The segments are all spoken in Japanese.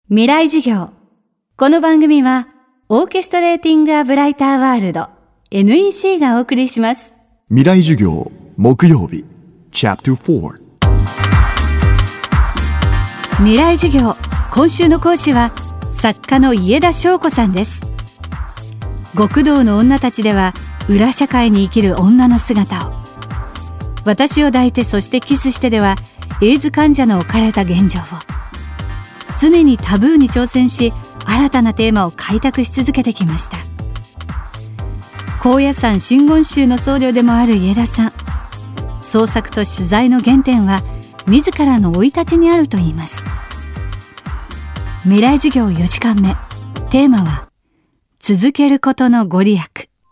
未来授業。この番組はオーケストレーティングアブライターワールド NEC がお送りします。 未来授業木曜日チャプター4。 未来授業、今週の講師は作家の家田翔子さんです。極道の女たちでは裏社会に生きる女の姿を、私を抱いてそしてキスしてではエイズ患者の置かれた現状を、常にタブーに挑戦し新たなテーマを開拓し続けてきました。高野山真言宗の僧侶でもある家田さん、創作と取材の原点は自らの生い立ちにあるといいます。未来授業4時間目、テーマは続けることのご利益。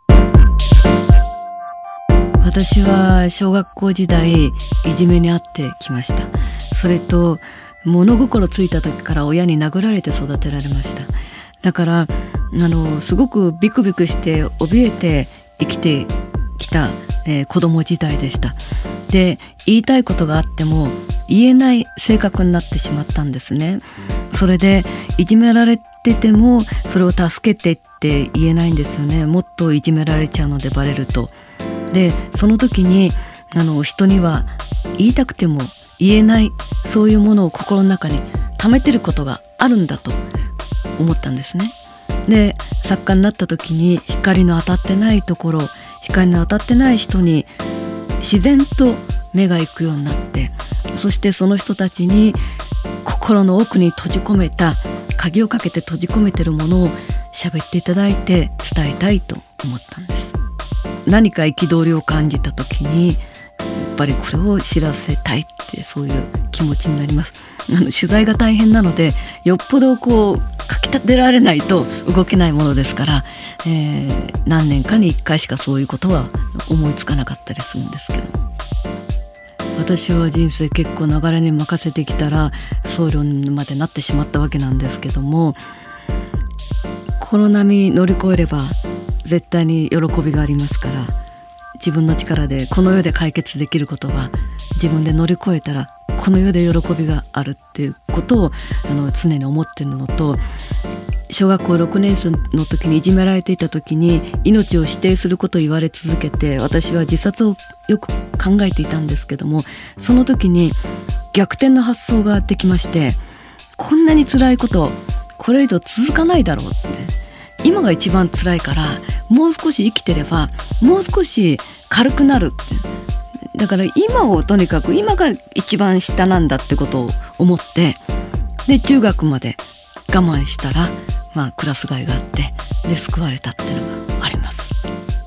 私は小学校時代いじめにあってきました。それと物心ついた時から親に殴られて育てられました。だからすごくビクビクして怯えて生きてきた、子供時代でした。で、言いたいことがあっても言えない性格になってしまったんですね。それでいじめられててもそれを助けてって言えないんですよね。もっといじめられちゃうので、バレると。で、その時に人には言いたくても言えない、そういうものを心の中に溜めてることがあるんだと思ったんですね。で、作家になった時に光の当たってないところ、光の当たってない人に自然と目が行くようになって、そしてその人たちに心の奥に閉じ込めた、鍵をかけて閉じ込めてるものを喋っていただいて伝えたいと思ったんです。何か憤りを感じた時にやっぱりこれを知らせたいって、そういう気持ちになります。取材が大変なので、よっぽどかき立てられないと動けないものですから、何年かに1回しかそういうことは思いつかなかったりするんですけど、私は人生結構流れに任せてきたら僧侶までなってしまったわけなんですけども、この波乗り越えれば絶対に喜びがありますから、自分の力でこの世で解決できることは自分で乗り越えたらこの世で喜びがあるっていうことを常に思っているのと、小学校6年生の時にいじめられていた時に命を否定することを言われ続けて、私は自殺をよく考えていたんですけども、その時に逆転の発想ができまして、こんなに辛いことこれ以上続かないだろうって、今が一番辛いからもう少し生きてればもう少し軽くなるって、だから今をとにかく、今が一番下なんだってことを思って、で中学まで我慢したら、クラス替えがあって、で救われたっていうのがあります。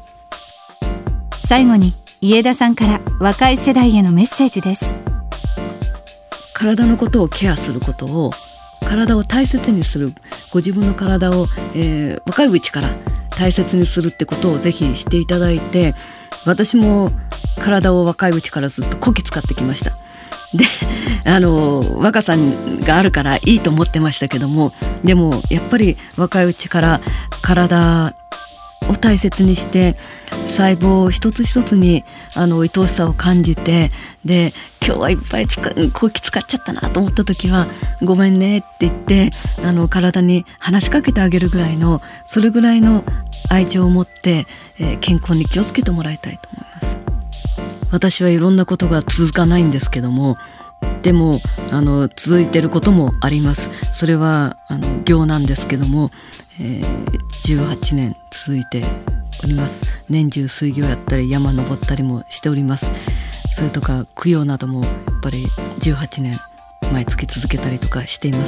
最後に家田さんから若い世代へのメッセージです。 体のことをケアすることを、体を大切にする、ご自分の体を、若いうちから大切にするってことをぜひしていただいて、私も体を若いうちからずっとこき使ってきました。で、若さがあるからいいと思ってましたけども、でもやっぱり若いうちから体を大切にして、細胞一つ一つに愛おしさを感じて、で今日はいっぱいこき使っちゃったなと思った時はごめんねって言って体に話しかけてあげるぐらいの、それぐらいの愛情を持って、健康に気をつけてもらいたいと思います。私はいろんなことが続かないんですけども、でも続いてることもあります。それは行なんですけども、18年続いております。年中水行やったり山登ったりもしております。それとか供養などもやっぱり18年毎月続けたりとかしています。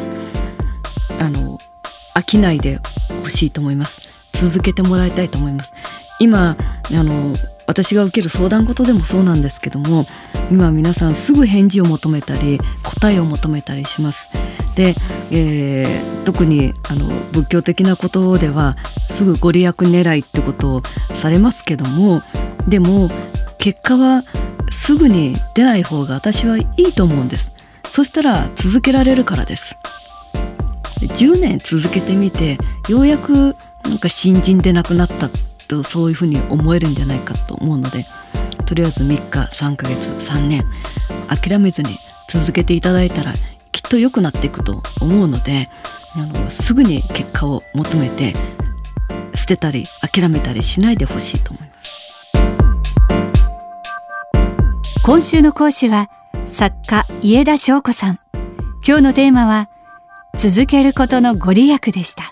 飽きないでほしいと思います。続けてもらいたいと思います。今私が受ける相談事でもそうなんですけども、今皆さんすぐ返事を求めたり答えを求めたりします。で、特に仏教的なことではすぐご利益狙いってことをされますけども、でも結果はすぐに出ない方が私はいいと思うんです。そしたら続けられるからです。10年続けてみてようやく新人でなくなったと、そういうふうに思えるんじゃないかと思うので、とりあえず3日3ヶ月3年諦めずに続けていただいたらきっと良くなっていくと思うので、 すぐに結果を求めて捨てたり諦めたりしないでほしいと思います。 今週の講師は作家家田翔子さん。今日のテーマは続けることのご利益でした。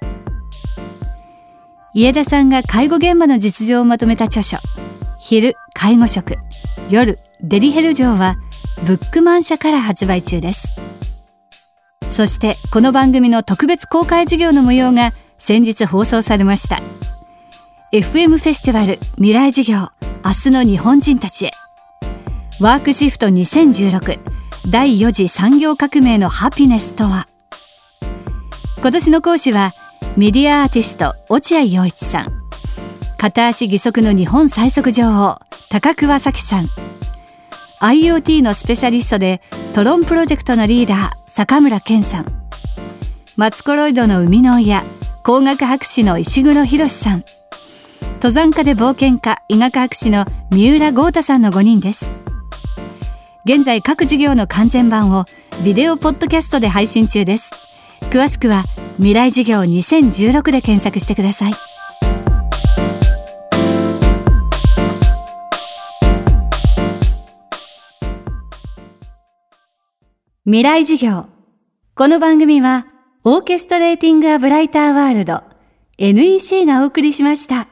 家田さんが介護現場の実情をまとめた著書、昼介護食、夜デリヘル嬢はブックマン社から発売中です。そしてこの番組の特別公開授業の模様が先日放送されました。 FM フェスティバル未来授業、明日の日本人たちへ、ワークシフト2016第4次産業革命のハピネスとは。今年の講師はメディアアーティスト落合陽一さん、片足義足の日本最速女王高桑早紀さん、 IoT のスペシャリストでトロンプロジェクトのリーダー坂村健さん、マツコロイドの生みの親工学博士の石黒博さん、登山家で冒険家医学博士の三浦豪太さんの5人です。現在各授業の完全版をビデオポッドキャストで配信中です。詳しくは未来授業2016で検索してください。未来授業。この番組はオーケストレーティング・ア・ブライター・ワールド NEC がお送りしました。